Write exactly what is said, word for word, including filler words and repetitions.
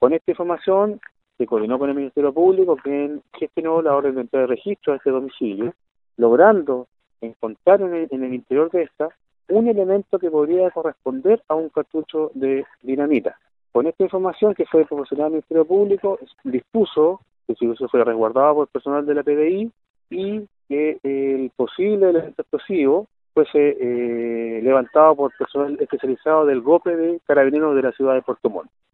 Con esta información se coordinó con el Ministerio Público, quien gestionó la orden de entrada de registro a este domicilio, logrando encontrar en el, en el interior de esta un elemento que podría corresponder a un cartucho de dinamita. Con esta información que fue proporcionada al Ministerio Público, dispuso que el servicio fue resguardado por el personal de la P D I y que el posible elemento explosivo fuese eh, levantado por personal especializado del GOPE de Carabineros de la ciudad de Puerto Montt.